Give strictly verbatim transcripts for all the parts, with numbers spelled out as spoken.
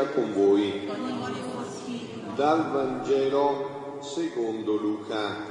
sia con voi. Dal Vangelo secondo Luca.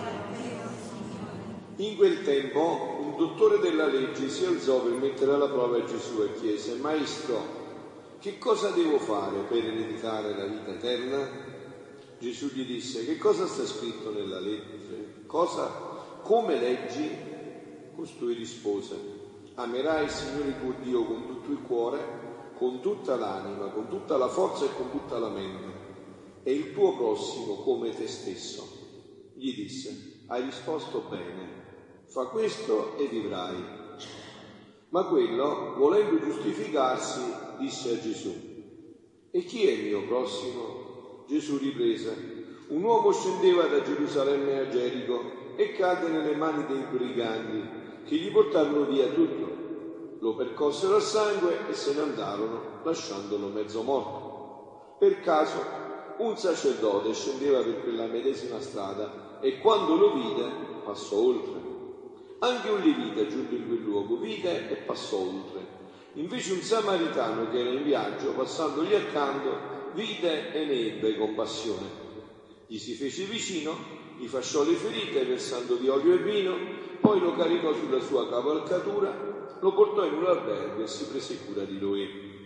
In quel tempo un dottore della legge si alzò per mettere alla prova Gesù e chiese: Maestro, che cosa devo fare per ereditare la vita eterna? Gesù gli disse: che cosa sta scritto nella legge? Cosa? Come leggi? Costui rispose: amerai il Signore tuo Dio con tutto il cuore, con tutta l'anima, con tutta la forza e con tutta la mente, e il tuo prossimo come te stesso. Gli disse: hai risposto bene, fa questo e vivrai. Ma quello, volendo giustificarsi, disse a Gesù: e chi è il mio prossimo? Gesù riprese: un uomo scendeva da Gerusalemme a Gerico e cadde nelle mani dei briganti, che gli portarono via tutto. Lo percossero a sangue e se ne andarono, lasciandolo mezzo morto. Per caso un sacerdote scendeva per quella medesima strada e quando lo vide passò oltre. Anche un levita, giunto in quel luogo, vide e passò oltre. Invece un samaritano che era in viaggio, passandogli accanto, vide e ne ebbe compassione. Gli si fece vicino, gli fasciò le ferite versandovi olio e vino, poi lo caricò sulla sua cavalcatura, lo portò in un albergo e si prese cura di lui.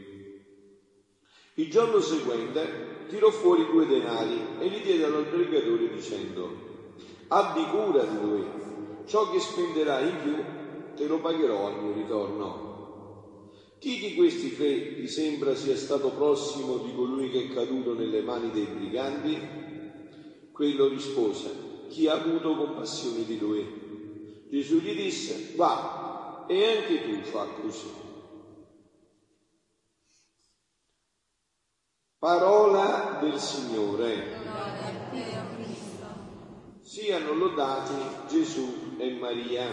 Il giorno seguente tirò fuori due denari e li diede all'albergatore dicendo: abbi cura di lui, ciò che spenderai in più te lo pagherò al mio ritorno. Chi di questi tre ti sembra sia stato prossimo di colui che è caduto nelle mani dei briganti? Quello rispose: chi ha avuto compassione di lui. Gesù gli disse: va, e anche tu fa così. Parola del Signore. Siano lodati Gesù e Maria.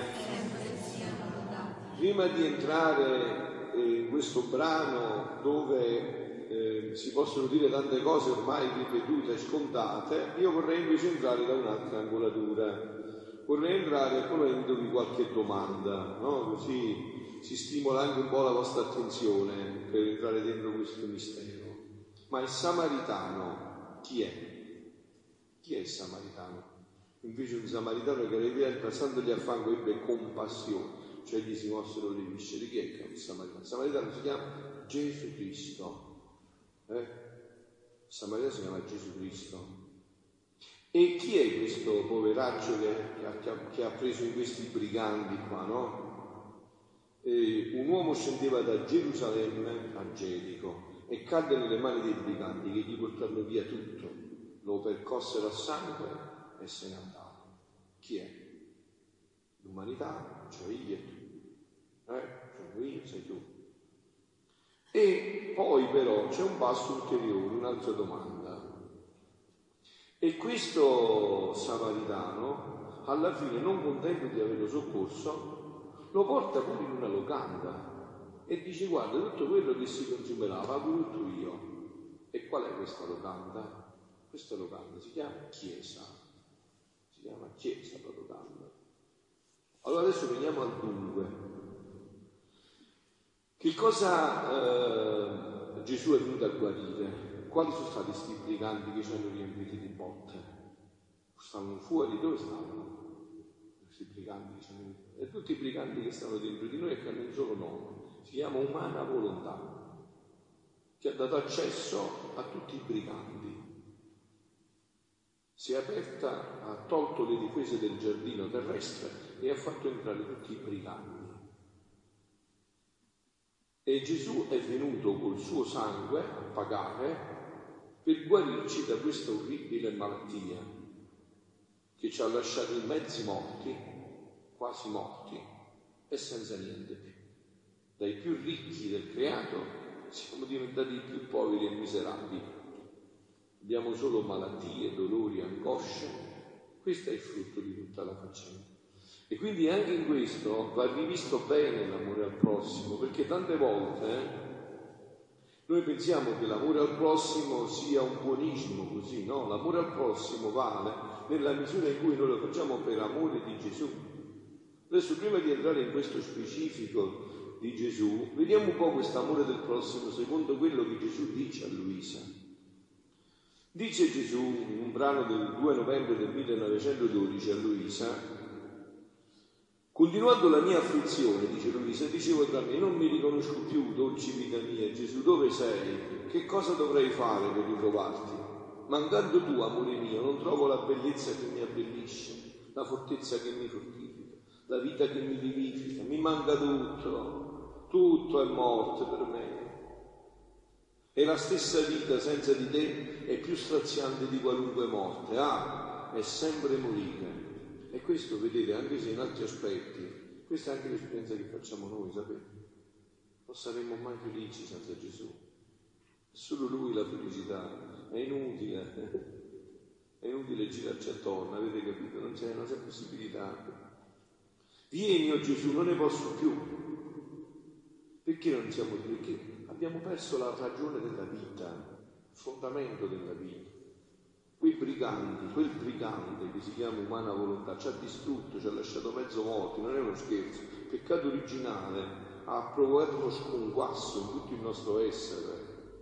Prima di entrare in questo brano dove eh, si possono dire tante cose ormai ripetute e scontate, io vorrei invece entrare da un'altra angolatura. Vorrei entrare ponendovi qualche domanda, no? Così si stimola anche un po' la vostra attenzione per entrare dentro questo mistero. Ma il samaritano chi è? Chi è il samaritano? Invece un samaritano che arriva passandogli a fango ebbe compassione, cioè gli si mossero le viscere. Chi è che è il samaritano? Il samaritano si chiama Gesù Cristo. Eh? Il samaritano si chiama Gesù Cristo. E chi è questo poveraccio che, che, ha, che ha preso in questi briganti qua, no? E un uomo scendeva da Gerusalemme a Gerico e cadde nelle mani dei briganti che gli portarono via tutto, lo percossero a sangue e se ne andarono. Chi è? L'umanità, cioè io e tu. Eh? Sono io, sei tu. E poi però c'è un passo ulteriore, un'altra domanda. E questo samaritano, alla fine, non contento di averlo soccorso, lo porta pure in una locanda e dice: guarda, tutto quello che si consumerà pago tutto io. E qual è questa locanda? Questa locanda si chiama Chiesa. Si chiama Chiesa la locanda. Allora adesso veniamo al dunque. Che cosa eh, Gesù è venuto a guarire? Quali sono stati questi briganti che ci hanno riempiti di botte? Stavano fuori, dove stavano? Questi briganti che ci hanno riempiti. E tutti i briganti che stanno dentro di noi e che hanno un solo nome. Si chiama umana volontà, che ha dato accesso a tutti i briganti. Si è aperta, ha tolto le difese del giardino terrestre e ha fatto entrare tutti i briganti. E Gesù è venuto col suo sangue a pagare per guarirci da questa orribile malattia che ci ha lasciati mezzi morti, quasi morti e senza niente più. Dai più ricchi del creato siamo diventati i più poveri e miserabili. Abbiamo solo malattie, dolori, angosce. Questo è il frutto di tutta la faccenda. E quindi anche in questo va rivisto bene l'amore al prossimo, perché tante volte eh, noi pensiamo che l'amore al prossimo sia un buonismo così, no? L'amore al prossimo vale nella misura in cui noi lo facciamo per amore di Gesù. Adesso, prima di entrare in questo specifico di Gesù, vediamo un po' questo amore del prossimo secondo quello che Gesù dice a Luisa. Dice Gesù in un brano del due novembre del millenovecentododici a Luisa: continuando la mia afflizione, dice Luisa, dicevo tra me, non mi riconosco più, dolce vita mia, Gesù, dove sei? Che cosa dovrei fare per ritrovarti? Mancando tu, amore mio, non trovo la bellezza che mi abbellisce, la fortezza che mi fortifica, la vita che mi vivifica, mi manca tutto, tutto è morte per me. E la stessa vita senza di te è più straziante di qualunque morte, ah, è sempre morire. E questo, vedete, anche se in altri aspetti, questa è anche l'esperienza che facciamo noi, sapete? Non saremmo mai felici senza Gesù. È solo Lui la felicità, è inutile, è inutile girarci attorno, avete capito? Non c'è, non c'è possibilità. Vieni, oh Gesù, non ne posso più. Perché non siamo più? Perché abbiamo perso la ragione della vita, il fondamento della vita. Quei briganti, quel brigante che si chiama umana volontà ci ha distrutto, ci ha lasciato mezzo morti, non è uno scherzo. Il peccato originale ha provocato uno sconquasso in tutto il nostro essere.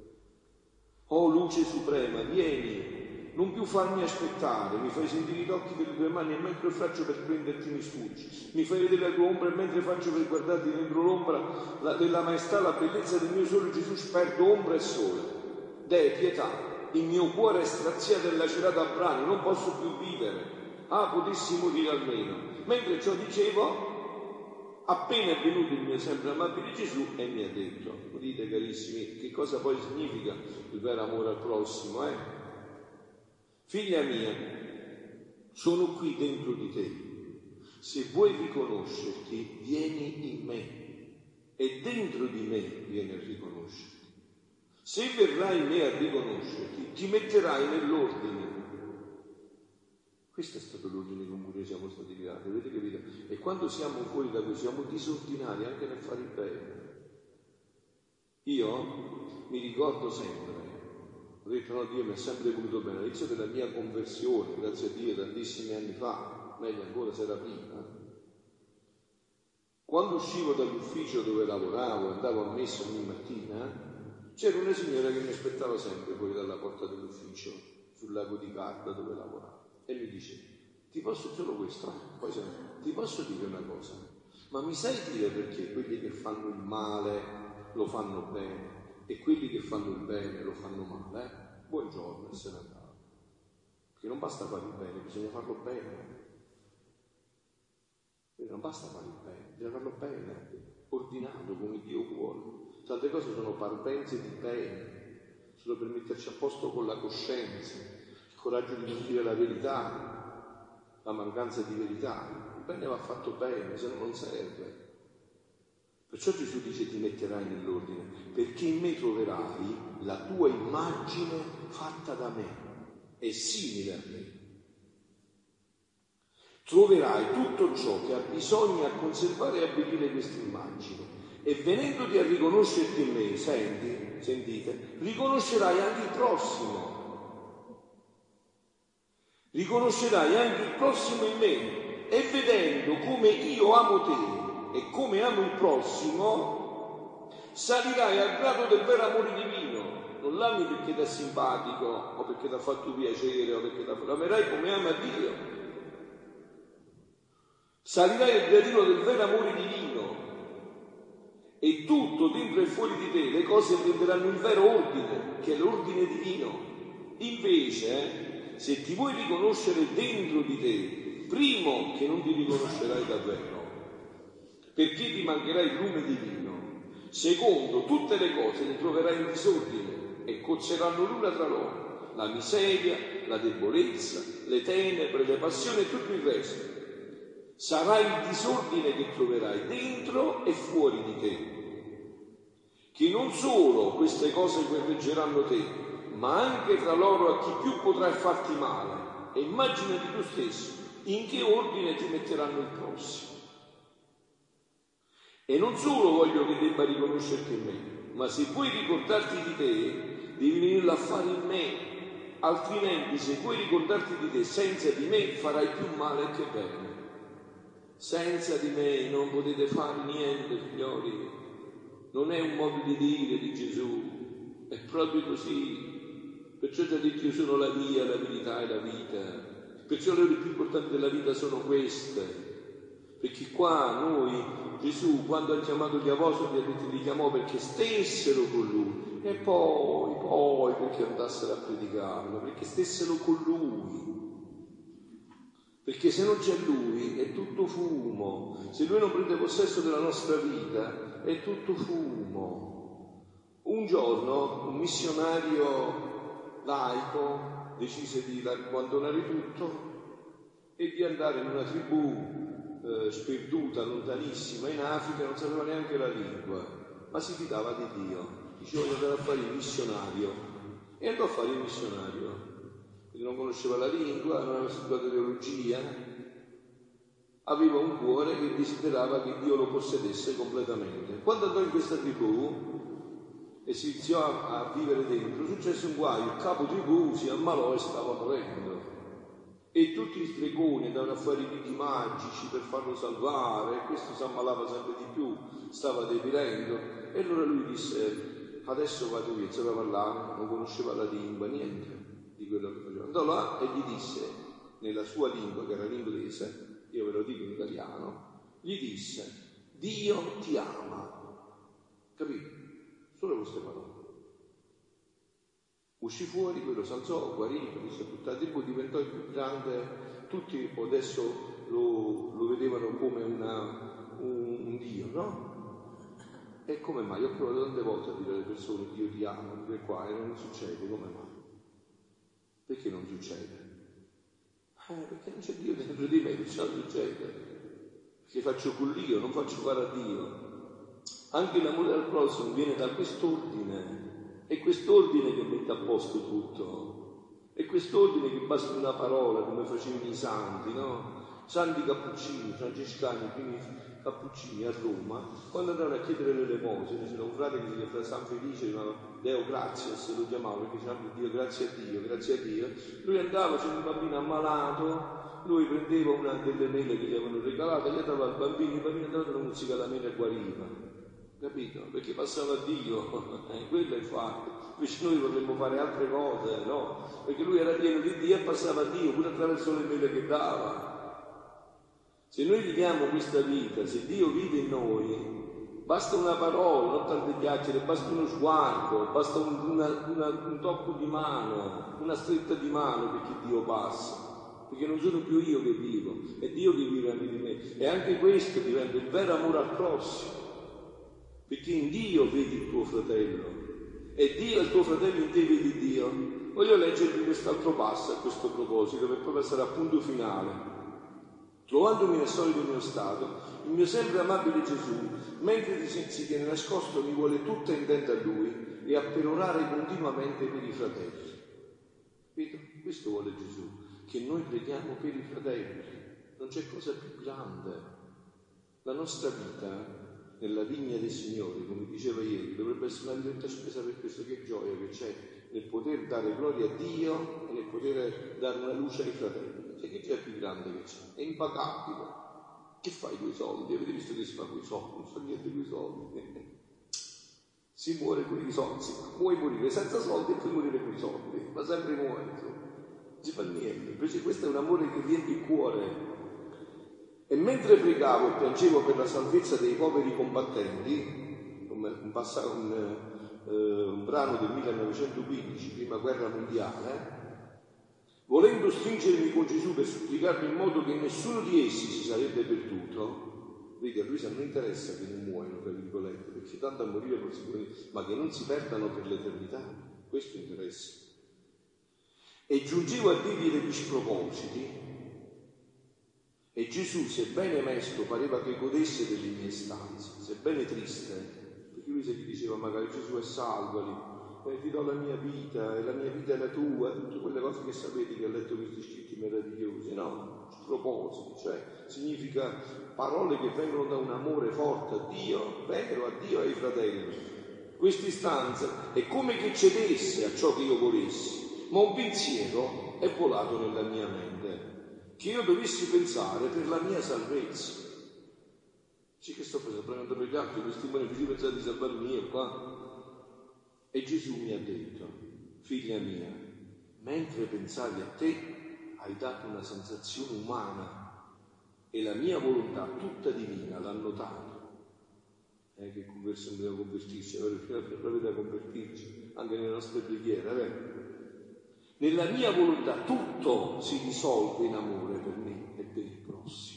Oh luce suprema, vieni, non più farmi aspettare, mi fai sentire i tocchi delle tue mani e mentre faccio per prenderti mi sfuggi, mi fai vedere la tua ombra e mentre faccio per guardarti dentro l'ombra la, della maestà, la bellezza del mio sole Gesù, sperdo ombra e sole. Deh, pietà. Il mio cuore è straziato e lacerato a brani, non posso più vivere. Ah, potessi morire almeno. Mentre ciò dicevo, appena è venuto il mio sempre amabile Gesù e mi ha detto, udite carissimi, che cosa poi significa il vero amore al prossimo, eh? Figlia mia, sono qui dentro di te. Se vuoi riconoscerti, vieni in me e dentro di me vieni a riconoscerti. Se verrai in me a riconoscerti, ti metterai nell'ordine. Questo è stato l'ordine con cui noi siamo stati creati, avete capito? E quando siamo fuori da questo, siamo disordinati anche nel fare il bene. Io mi ricordo sempre, ho detto no, Dio mi ha sempre voluto bene, all'inizio della mia conversione, grazie a Dio, tantissimi anni fa, meglio ancora se era prima, quando uscivo dall'ufficio dove lavoravo, andavo a messa ogni mattina, c'era una signora che mi aspettava sempre fuori dalla porta dell'ufficio, sul lago di Garda dove lavoravo, e mi diceva, ti posso solo questo? Poi se, ti posso dire una cosa, ma mi sai dire perché quelli che fanno il male lo fanno bene e quelli che fanno il bene lo fanno male? Eh? Buongiorno, e se ne andava. Perché non basta fare il bene, bisogna farlo bene. Quindi non basta fare il bene, bisogna farlo bene, ordinato come Dio vuole. Tante cose sono parvenze di bene, solo per metterci a posto con la coscienza, il coraggio di non dire la verità, la mancanza di verità. Il bene va fatto bene, se no non serve. Perciò Gesù dice ti metterai nell'ordine, perché in me troverai la tua immagine fatta da me, è simile a me. Troverai tutto ciò che ha bisogno a conservare e abbellire questa immagine. E venendoti a riconoscerti in me, senti, sentite, riconoscerai anche il prossimo. Riconoscerai anche il prossimo in me. E vedendo come io amo te e come amo il prossimo, salirai al grado del vero amore divino. Non l'ami perché ti è simpatico o perché ti ha fatto piacere o perché ti ha fatto... L'amerai come ama Dio. Salirai al gradino del vero amore divino. E tutto dentro e fuori di te, le cose prenderanno il vero ordine, che è l'ordine divino. Invece, eh, se ti vuoi riconoscere dentro di te, primo che non ti riconoscerai davvero, perché ti mancherà il lume divino. Secondo, tutte le cose le troverai in disordine e cozzeranno l'una tra loro, la miseria, la debolezza, le tenebre, le passioni e tutto il resto. Sarà il disordine che troverai dentro e fuori di te, che non solo queste cose guerreggeranno te, ma anche tra loro a chi più potrai farti male. E immaginati tu stesso in che ordine ti metteranno il prossimo. E non solo voglio che debba riconoscerti in me, ma se vuoi ricordarti di te, devi venirlo a fare in me, altrimenti se vuoi ricordarti di te senza di me farai più male che bene. Senza di me non potete fare niente, figlioli, non è un modo di dire di Gesù, è proprio così. Perciò ti ha detto: io sono la via, la verità e la vita. Perciò le ore più importanti della vita sono queste, perché qua noi, Gesù, quando ha chiamato gli apostoli, ha detto, li chiamò perché stessero con lui, e poi, poi perché andassero a predicarlo, perché stessero con lui. Perché se non c'è lui è tutto fumo, se lui non prende possesso della nostra vita è tutto fumo. Un giorno un missionario laico decise di abbandonare tutto e di andare in una tribù eh, sperduta, lontanissima in Africa, non sapeva neanche la lingua, ma si fidava di Dio. Diceva: voglio andare a fare il missionario, e andò a fare il missionario. Quindi non conosceva la lingua, non aveva studiato teologia, aveva un cuore che desiderava che Dio lo possedesse completamente. Quando andò in questa tribù e si iniziò a, a vivere dentro, successe un guaio: il capo tribù si ammalò e stava morendo, e tutti gli stregoni andavano a fare i riti magici per farlo salvare, e questo si ammalava sempre di più, stava depilendo. E allora lui disse: adesso vado via, sapeva parlare, non conosceva la lingua, niente di quello che faceva. Andò là e gli disse, nella sua lingua, che era l'inglese, io ve lo dico in italiano, gli disse: Dio ti ama. Capito? Solo queste parole. Uscì fuori, quello si alzò, guarì, disse a tutta la tribù, diventò il più grande. Tutti adesso lo, lo vedevano come una, un, un Dio, no? E come mai? Ho provato tante volte a dire alle persone: Dio ti ama, e qua, e non succede. Come mai? Perché non succede? Eh, perché non c'è Dio dentro di me, perciò non succede. Perché faccio con l'io, non faccio fare a Dio. Anche l'amore al prossimo viene da quest'ordine, è quest'ordine che mette a posto tutto, è quest'ordine che basta una parola, come facevano i santi, no? Santi cappuccini, francescani, i primi cappuccini a Roma, quando andavano a chiedere l'elemosina, c'era un frate che si chiamava San Felice, Deo Gratias lo chiamava, perché diceva: Dio, grazie a Dio, grazie a Dio. Lui andava, c'era un bambino ammalato, lui prendeva una delle mele che gli avevano regalato, gli dava al bambino, il bambino andava una musica alla mela e guariva. Capito? Perché passava a Dio, eh, quello è il fatto. Invece noi vorremmo fare altre cose, no? Perché lui era pieno di Dio e passava a Dio pure attraverso le mele che dava. Se noi viviamo questa vita, se Dio vive in noi, basta una parola, non tante chiacchiere, basta uno sguardo, basta un, una, una, un tocco di mano, una stretta di mano perché Dio passa. Perché non sono più io che vivo, è Dio che vive anche di me. E anche questo diventa il vero amore al prossimo. Perché in Dio vedi il tuo fratello e Dio, il tuo fratello, in te vedi Dio. Voglio leggervi quest'altro passo a questo proposito, per poi passare al punto finale. Trovandomi nel solito mio stato, il mio sempre amabile Gesù, mentre si tiene nascosto, mi vuole tutta intenta a Lui e a perorare continuamente per i fratelli. Capito? Questo vuole Gesù, che noi preghiamo per i fratelli. Non c'è cosa più grande. La nostra vita nella vigna del Signore, come diceva ieri, dovrebbe essere una diretta spesa per questo. Che gioia che c'è nel poter dare gloria a Dio e nel poter dare una luce ai fratelli. Cioè, che gioia più grande che c'è? È impagabile. Che fai con i soldi? Avete visto che si fa con i soldi? Non fa niente con i soldi. Si muore con i soldi. Puoi morire senza soldi e puoi morire con i soldi, ma sempre muore. Non si fa niente. Invece questo è un amore che riempie il cuore. E mentre pregavo e piangevo per la salvezza dei poveri combattenti, un, passato, un, eh, un brano del millenovecentoquindici, prima guerra mondiale, volendo stringermi con Gesù per supplicarmi in modo che nessuno di essi si sarebbe perduto, vedi, a lui se non interessa che non muoiono, tra virgolette, perché tanto a morire possibilmente, ma che non si perdano per l'eternità, questo interessa. E giungevo a dirgli degli spropositi. E Gesù, sebbene mesto, pareva che godesse delle mie stanze, sebbene triste, perché lui se gli diceva magari Gesù è salvali, e ti do la mia vita, e la mia vita è la tua, tutte quelle cose che sapete che ha letto questi scritti meravigliosi, no? Spropositi, cioè significa parole che vengono da un amore forte a Dio, vero, a Dio e ai fratelli. Quest'istanza è come che cedesse a ciò che io volessi, ma un pensiero è volato nella mia mente, che io dovessi pensare per la mia salvezza. Dice, che sto facendo? Prendendo per gli altri, questi benefici, pensate di salvarmi io qua? E Gesù mi ha detto, figlia mia, mentre pensavi a te, hai dato una sensazione umana e la mia volontà tutta divina l'ha notato. Eh, che converso dobbiamo convertirci, proprio da convertirci anche nelle nostre preghiere, vero? Nella mia volontà tutto si risolve in amore per me e per il prossimo.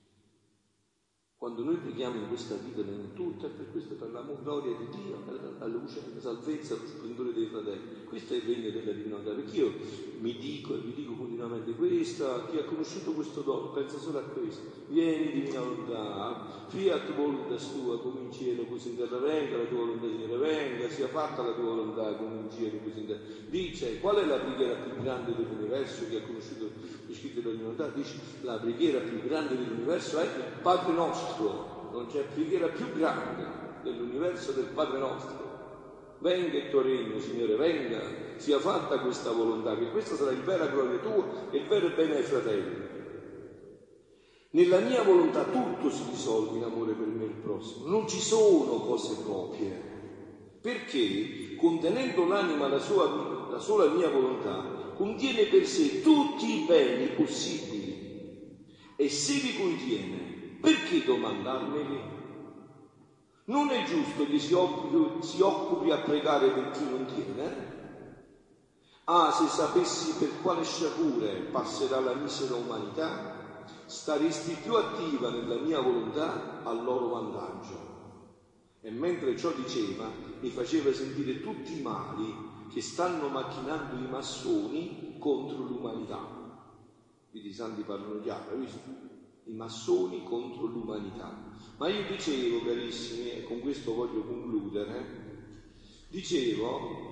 Quando noi preghiamo in questa vita, tutto è per questo, per la gloria di Dio, la luce, la salvezza, lo splendore dei fratelli. Questo è il regno della divinità, perché io mi dico e vi dico continuamente questa, chi ha conosciuto questo dono pensa solo a questo. Vieni divina volontà, fiat voluntas tua come in cielo così in terra, venga la tua volontà Signore, venga, sia fatta la tua volontà come in cielo così in terra. Dice, qual è la preghiera più grande dell'universo che ha conosciuto lo scritto della divinità? Dice, la preghiera più grande dell'universo è il Padre nostro. Non c'è preghiera più grande dell'universo del Padre nostro. Venga il tuo regno, Signore, venga, sia fatta questa volontà, che questa sarà il vera gloria tua e il vero bene ai fratelli. Nella mia volontà tutto si risolve in amore per me e il prossimo. Non ci sono cose proprie, perché contenendo l'anima la, sua, la sola mia volontà, contiene per sé tutti i beni possibili. E se li contiene, perché domandarmeli? Non è giusto che si occupi, si occupi a pregare per chi non tiene? Ah, se sapessi per quale sciagure passerà la misera umanità, staresti più attiva nella mia volontà al loro vantaggio. E mentre ciò diceva, mi faceva sentire tutti i mali che stanno macchinando i massoni contro l'umanità. Quindi i santi parlano chiaro, hai visto? I massoni contro l'umanità. Ma io dicevo, carissimi, e con questo voglio concludere, dicevo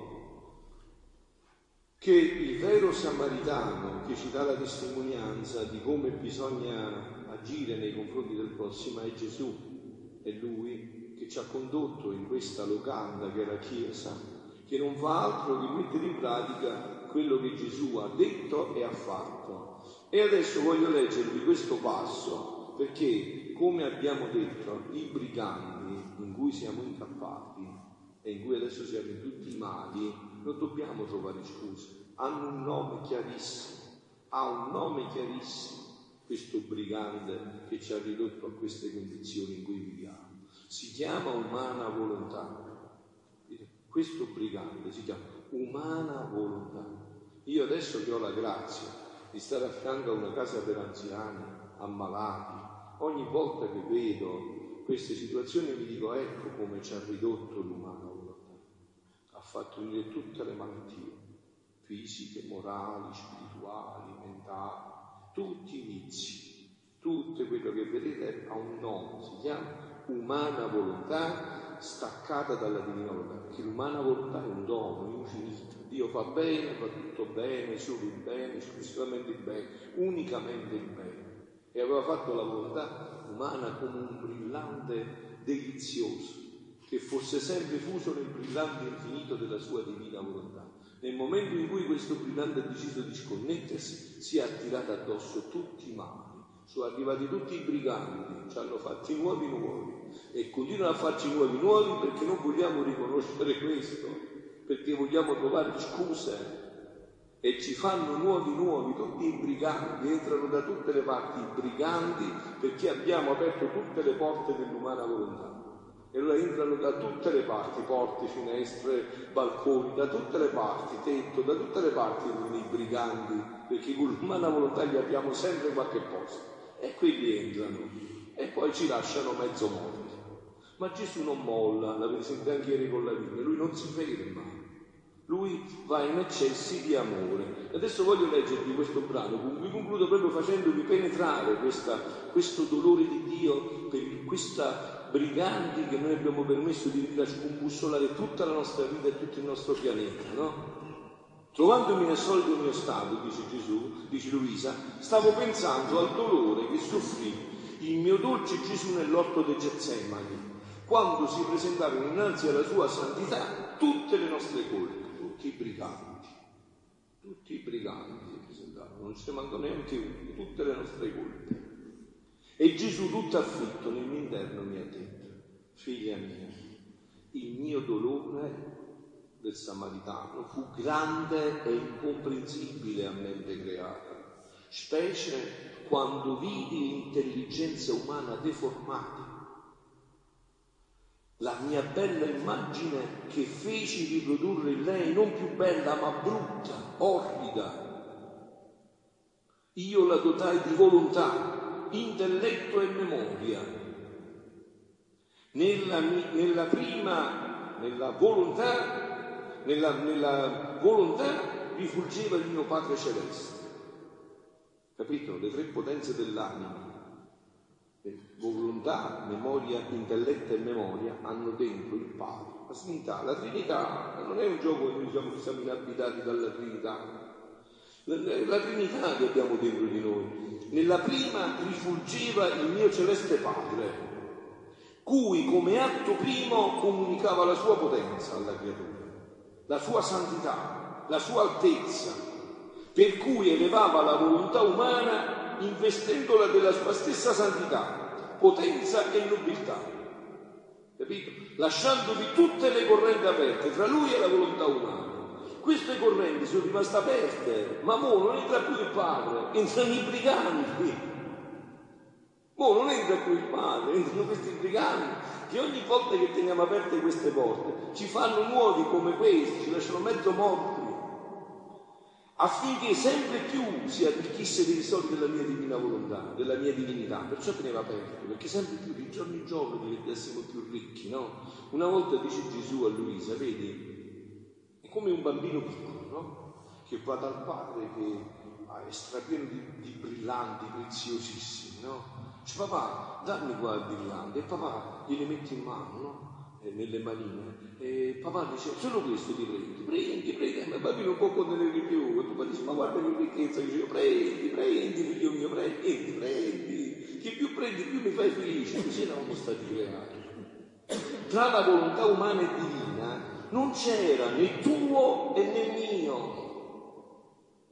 che il vero samaritano che ci dà la testimonianza di come bisogna agire nei confronti del prossimo è Gesù. È Lui che ci ha condotto in questa locanda che è la Chiesa, che non fa altro che mettere in pratica quello che Gesù ha detto e ha fatto. E adesso voglio leggervi questo passo, perché, come abbiamo detto, i briganti in cui siamo incappati e in cui adesso siamo in tutti i mali, non dobbiamo trovare scuse, hanno un nome chiarissimo, ha un nome chiarissimo questo brigante che ci ha ridotto a queste condizioni in cui viviamo. Si chiama umana volontà. Questo brigante si chiama umana volontà. Io adesso che ho la grazia di stare a fianco a una casa per anziani, ammalati, ogni volta che vedo queste situazioni mi dico, ecco come ci ha ridotto l'umana volontà. Ha fatto unire tutte le malattie, fisiche, morali, spirituali, mentali, tutti i vizi, tutto quello che vedete ha un nome, si chiama umana volontà staccata dalla divina volontà, perché l'umana volontà è un dono infinito. Dio fa bene, fa tutto bene, solo il bene, esclusivamente il bene, unicamente il bene. E aveva fatto la volontà umana come un brillante delizioso, che fosse sempre fuso nel brillante infinito della sua divina volontà. Nel momento in cui questo brillante ha deciso di sconnettersi, si è attirato addosso tutti i mali. Sono arrivati tutti i briganti, ci hanno fatti nuovi nuovi e continuano a farci nuovi nuovi perché non vogliamo riconoscere questo, perché vogliamo trovare scuse e ci fanno nuovi nuovi tutti i briganti, entrano da tutte le parti i briganti perché abbiamo aperto tutte le porte dell'umana volontà. E allora entrano da tutte le parti, porte, finestre, balconi, da tutte le parti, tetto, da tutte le parti entrano i briganti, perché con l'umana volontà gli apriamo sempre qualche posto. E quelli entrano e poi ci lasciano mezzo morti. Ma Gesù non molla, l'avete sentito anche ieri con la Bibbia, lui non si ferma, lui va in eccessi di amore. Adesso voglio leggervi questo brano, con cui concludo proprio facendovi penetrare questa, questo dolore di Dio per questa briganti che noi abbiamo permesso di venire a scombussolare tutta la nostra vita e tutto il nostro pianeta, no? Trovandomi nel solito mio stato, dice Gesù, dice Luisa, stavo pensando al dolore che soffrì il mio dolce Gesù nell'orto di Getsemani, quando si presentarono innanzi alla sua santità tutte le nostre colpe, tutti i briganti, tutti i briganti si presentarono, non ce ne mancò neanche uno, tutte le nostre colpe. E Gesù tutto afflitto nel Eterno mi ha detto: figlia mia, il mio dolore del Samaritano fu grande e incomprensibile a mente creata, specie quando vidi l'intelligenza umana deformata. La mia bella immagine che feci riprodurre in lei, non più bella ma brutta, orrida. Io la dotai di volontà, intelletto e memoria. Nella, nella prima, nella volontà, nella, nella volontà rifulgeva il mio Padre Celeste. Capito? Le tre potenze dell'anima. Volontà, memoria, intelletto e memoria hanno dentro il Padre. La Trinità, la Trinità non è un gioco che noi siamo, siamo inabitati dalla Trinità. La, la Trinità che abbiamo dentro di noi. Nella prima rifulgeva il mio celeste Padre, cui come atto primo comunicava la sua potenza alla creatura, la sua santità, la sua altezza, per cui elevava la volontà umana investendola della sua stessa santità, potenza e nobiltà, capito? Lasciandovi tutte le correnti aperte tra lui e la volontà umana. Queste correnti sono rimaste aperte, ma mo non entra più il Padre, entrano i briganti. Mo non entra più il Padre, entrano questi briganti che ogni volta che teniamo aperte queste porte ci fanno nuovi come questi, ci lasciano mezzo morti, affinché sempre più si arricchisse dei soldi della mia divina volontà, della mia divinità. Perciò teneva aperto, perché sempre più di giorno in giorno diventassimo più ricchi, no? Una volta dice Gesù a Luisa, vedi, è come un bambino piccolo, no? Che va dal padre che è strapieno di, di brillanti preziosissimi, no? Dice: papà, dammi qua il brillante, e papà glieli mette in mano, no? Nelle manine, e papà dice: solo questo ti prendi, prendi, prendi, ma il bambino non può contenere più, e papà dice: ma guarda che ricchezza, che dice: prendi, prendi, figlio mio, prendi, prendi, che più prendi più mi fai felice. Così eravamo stati creati. Tra la volontà umana e divina non c'era né tuo e né mio.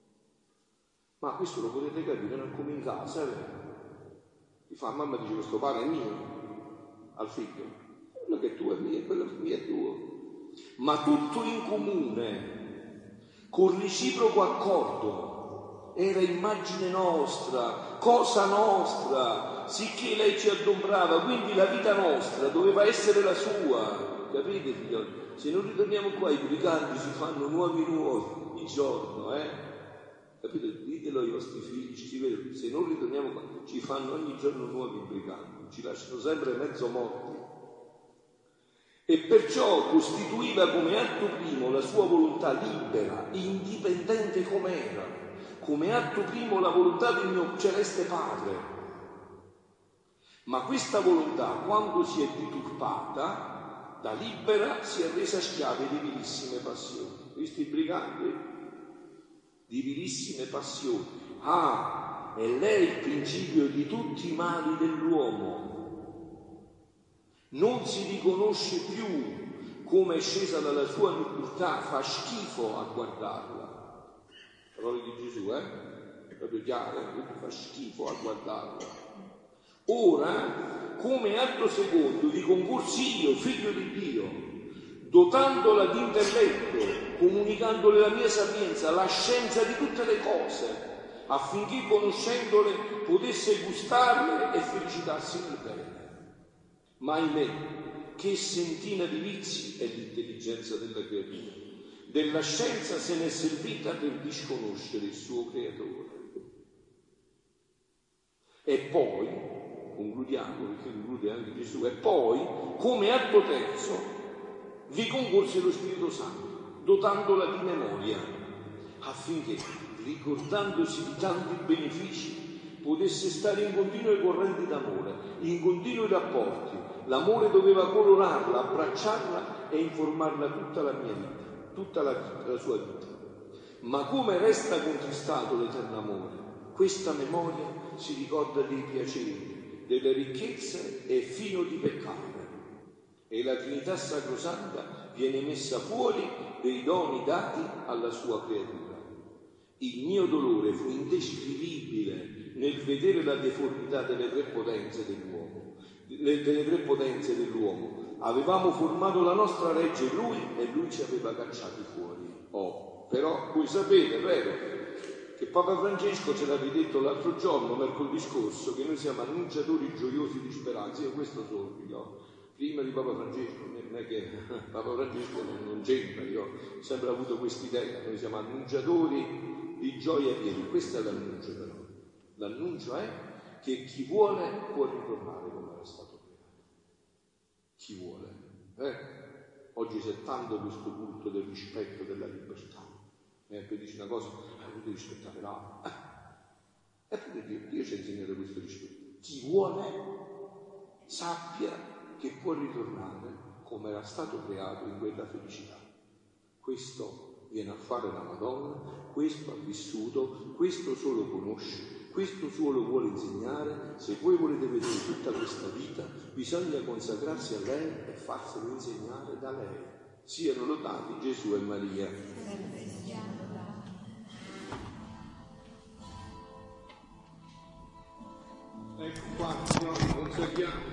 Ma questo lo potete capire non come in casa, eh? Ti fa: mamma dice questo pane è mio, al figlio. Quello che è tuo è mio, quello che è mio è tuo, ma tutto in comune, con reciproco accordo. Era immagine nostra, cosa nostra, sicché lei ci adombrava, quindi la vita nostra doveva essere la sua. Capite, figlioli? Se non ritorniamo qua, i briganti si fanno nuovi nuovi ogni giorno, eh? Capite? Ditelo ai vostri figli, ci vedo, se non ritorniamo qua, ci fanno ogni giorno nuovi briganti, ci lasciano sempre mezzo morti. E perciò costituiva come atto primo la sua volontà libera, indipendente com'era, come atto primo la volontà del mio celeste Padre. Ma questa volontà, quando si è deturpata, da libera si è resa schiava di vilissime passioni. Visti i briganti? Di vilissime passioni. Ah, e lei è il principio di tutti i mali dell'uomo. Non si riconosce più come è scesa dalla sua nobiltà, fa schifo a guardarla. Parole di Gesù, eh? Proprio chiare, fa schifo a guardarla. Ora, come atto secondo, vi concorsi io, figlio di Dio, dotandola di intelletto, comunicandole la mia sapienza, la scienza di tutte le cose, affinché conoscendole potesse gustarle e felicitarsi nel bene. Ma ahimè, che sentina di vizi è l'intelligenza della creatura. Della scienza se n'è servita per disconoscere il suo creatore. E poi, concludiamo, perché conclude anche Gesù, e poi, come atto terzo, vi concorse lo Spirito Santo, dotandola di memoria, affinché, ricordandosi di tanti benefici, potesse stare in continue correnti d'amore, in continui rapporti. L'amore doveva colorarla, abbracciarla e informarla tutta la mia vita, tutta la, vita, la sua vita. Ma come resta contristato l'eterno amore, questa memoria si ricorda dei piaceri, delle ricchezze e fino di peccare. E la Trinità Sacrosanta viene messa fuori dei doni dati alla sua creatura. Il mio dolore fu indescrivibile nel vedere la deformità delle tre potenze dell'uomo, delle tre potenze dell'uomo. Avevamo formato la nostra legge in lui e lui ci aveva cacciati fuori. Oh, però voi sapete, è vero, che Papa Francesco ce l'aveva detto l'altro giorno, mercoledì scorso, che noi siamo annunciatori gioiosi di speranza. Io questo sono, io, prima di Papa Francesco, non è che Papa Francesco non, non c'entra, io ho sempre avuto quest'idea, noi siamo annunciatori di gioia pieni. Questo è l'annuncio però. L'annuncio è che chi vuole può ritornare come era stato creato. Chi vuole. Eh? Oggi c'è tanto questo culto del rispetto della libertà. E poi dici una cosa, eh, devi rispettare l'altro. Eh. E poi Dio, Dio ci ha insegnato questo rispetto. Chi vuole sappia che può ritornare come era stato creato in quella felicità. Questo viene a fare la Madonna, questo ha vissuto, questo solo conosce, questo solo vuole insegnare. Se voi volete vedere tutta questa vita, bisogna consacrarsi a lei e farselo insegnare da lei. Siano lodati Gesù e Maria. Ecco qua, noi consacriamo.